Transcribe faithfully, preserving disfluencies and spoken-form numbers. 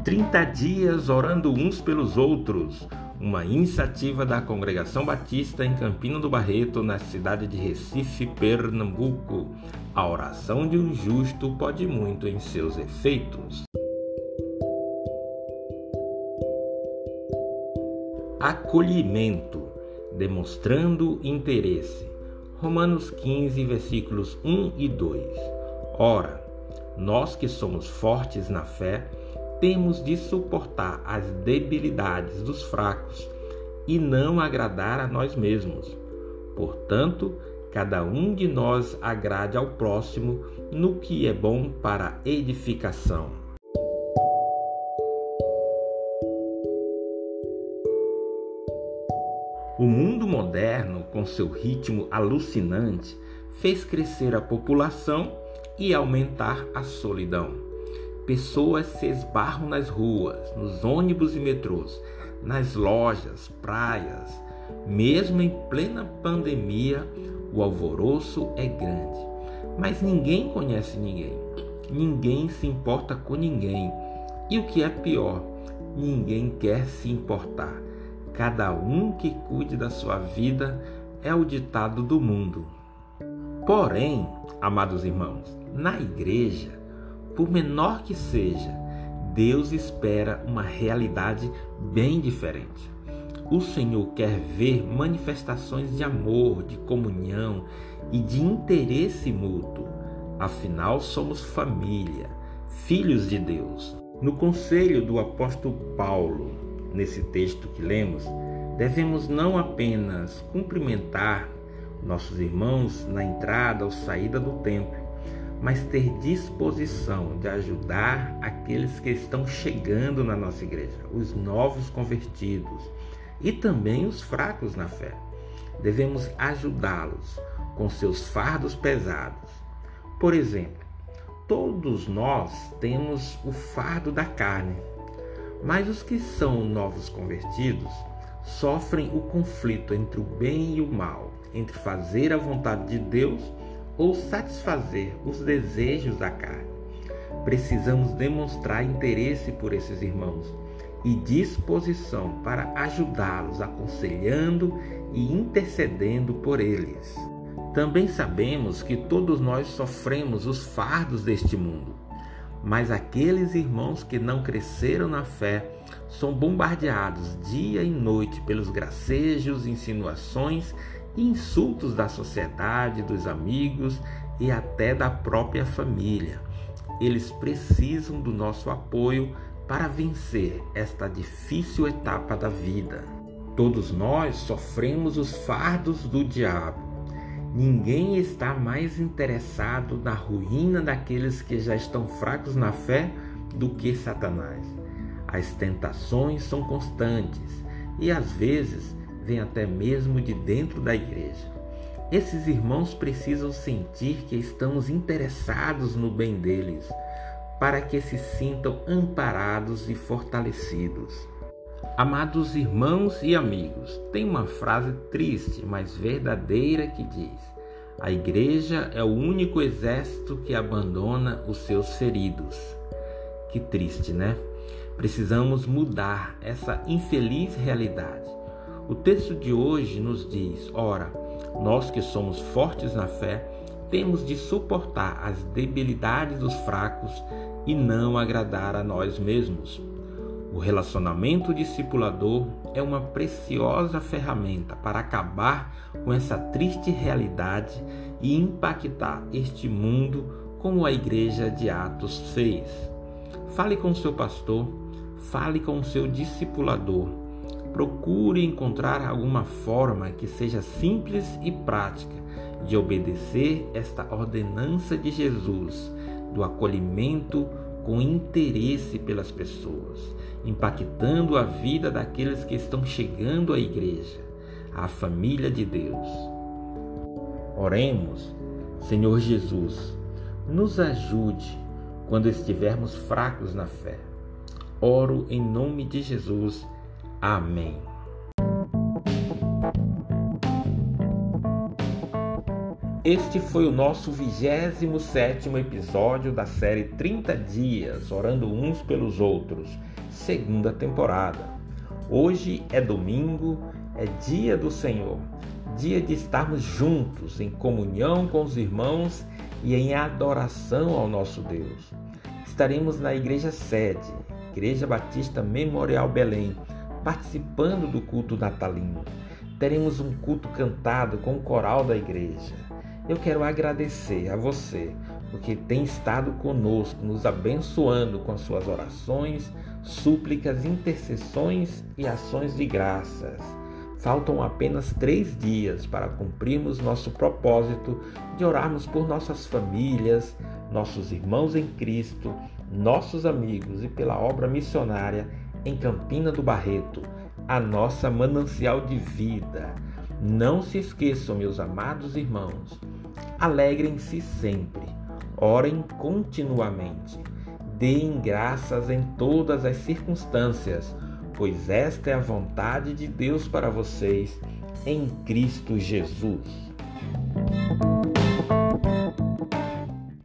trinta dias orando uns pelos outros, uma iniciativa da Congregação Batista em Campina do Barreto, na cidade de Recife, Pernambuco. A oração de um justo pode muito em seus efeitos. Acolhimento, demonstrando interesse. Romanos quinze, versículos um e dois. Ora, nós que somos fortes na fé, temos de suportar as debilidades dos fracos e não agradar a nós mesmos. Portanto, cada um de nós agrade ao próximo no que é bom para a edificação. O mundo moderno, com seu ritmo alucinante, fez crescer a população e aumentar a solidão. Pessoas se esbarram nas ruas, nos ônibus e metrôs, nas lojas, praias. Mesmo em plena pandemia, o alvoroço é grande. Mas ninguém conhece ninguém. Ninguém se importa com ninguém. E o que é pior, ninguém quer se importar. Cada um que cuide da sua vida é o ditado do mundo. Porém, amados irmãos, na igreja, por menor que seja, Deus espera uma realidade bem diferente. O Senhor quer ver manifestações de amor, de comunhão e de interesse mútuo. Afinal, somos família, filhos de Deus. No conselho do apóstolo Paulo, nesse texto que lemos, devemos não apenas cumprimentar nossos irmãos na entrada ou saída do templo, mas ter disposição de ajudar aqueles que estão chegando na nossa igreja, os novos convertidos e também os fracos na fé. Devemos ajudá-los com seus fardos pesados. Por exemplo, todos nós temos o fardo da carne, mas os que são novos convertidos sofrem o conflito entre o bem e o mal, entre fazer a vontade de Deus ou satisfazer os desejos da carne. Precisamos demonstrar interesse por esses irmãos e disposição para ajudá-los, aconselhando e intercedendo por eles. Também sabemos que todos nós sofremos os fardos deste mundo, mas aqueles irmãos que não cresceram na fé são bombardeados dia e noite pelos gracejos, insinuações e insultos da sociedade, dos amigos e até da própria família. Eles precisam do nosso apoio para vencer esta difícil etapa da vida. Todos nós sofremos os fardos do diabo. Ninguém está mais interessado na ruína daqueles que já estão fracos na fé do que Satanás. As tentações são constantes e às vezes vêm até mesmo de dentro da igreja. Esses irmãos precisam sentir que estamos interessados no bem deles, para que se sintam amparados e fortalecidos. Amados irmãos e amigos, tem uma frase triste, mas verdadeira que diz: a igreja é o único exército que abandona os seus feridos. Que triste, né? Precisamos mudar essa infeliz realidade. O texto de hoje nos diz: ora, nós que somos fortes na fé, temos de suportar as debilidades dos fracos e não agradar a nós mesmos. O relacionamento discipulador é uma preciosa ferramenta para acabar com essa triste realidade e impactar este mundo como a igreja de Atos fez. Fale com o seu pastor, fale com o seu discipulador. Procure encontrar alguma forma que seja simples e prática de obedecer esta ordenança de Jesus, do acolhimento com interesse pelas pessoas, impactando a vida daqueles que estão chegando à igreja, à família de Deus. Oremos. Senhor Jesus, nos ajude quando estivermos fracos na fé. Oro em nome de Jesus. Amém. Este foi o nosso vigésimo sétimo episódio da série trinta dias, orando uns pelos outros. segunda temporada. Hoje é domingo, é dia do Senhor, dia de estarmos juntos em comunhão com os irmãos e em adoração ao nosso Deus. Estaremos na Igreja Sede, Igreja Batista Memorial Belém, participando do culto natalino. Teremos um culto cantado com o coral da igreja. Eu quero agradecer a você, porque tem estado conosco, nos abençoando com as suas orações, súplicas, intercessões e ações de graças. Faltam apenas três dias para cumprirmos nosso propósito de orarmos por nossas famílias, nossos irmãos em Cristo, nossos amigos e pela obra missionária em Campina do Barreto, a nossa manancial de vida. Não se esqueçam, meus amados irmãos, alegrem-se sempre, orem continuamente, deem graças em todas as circunstâncias, pois esta é a vontade de Deus para vocês em Cristo Jesus.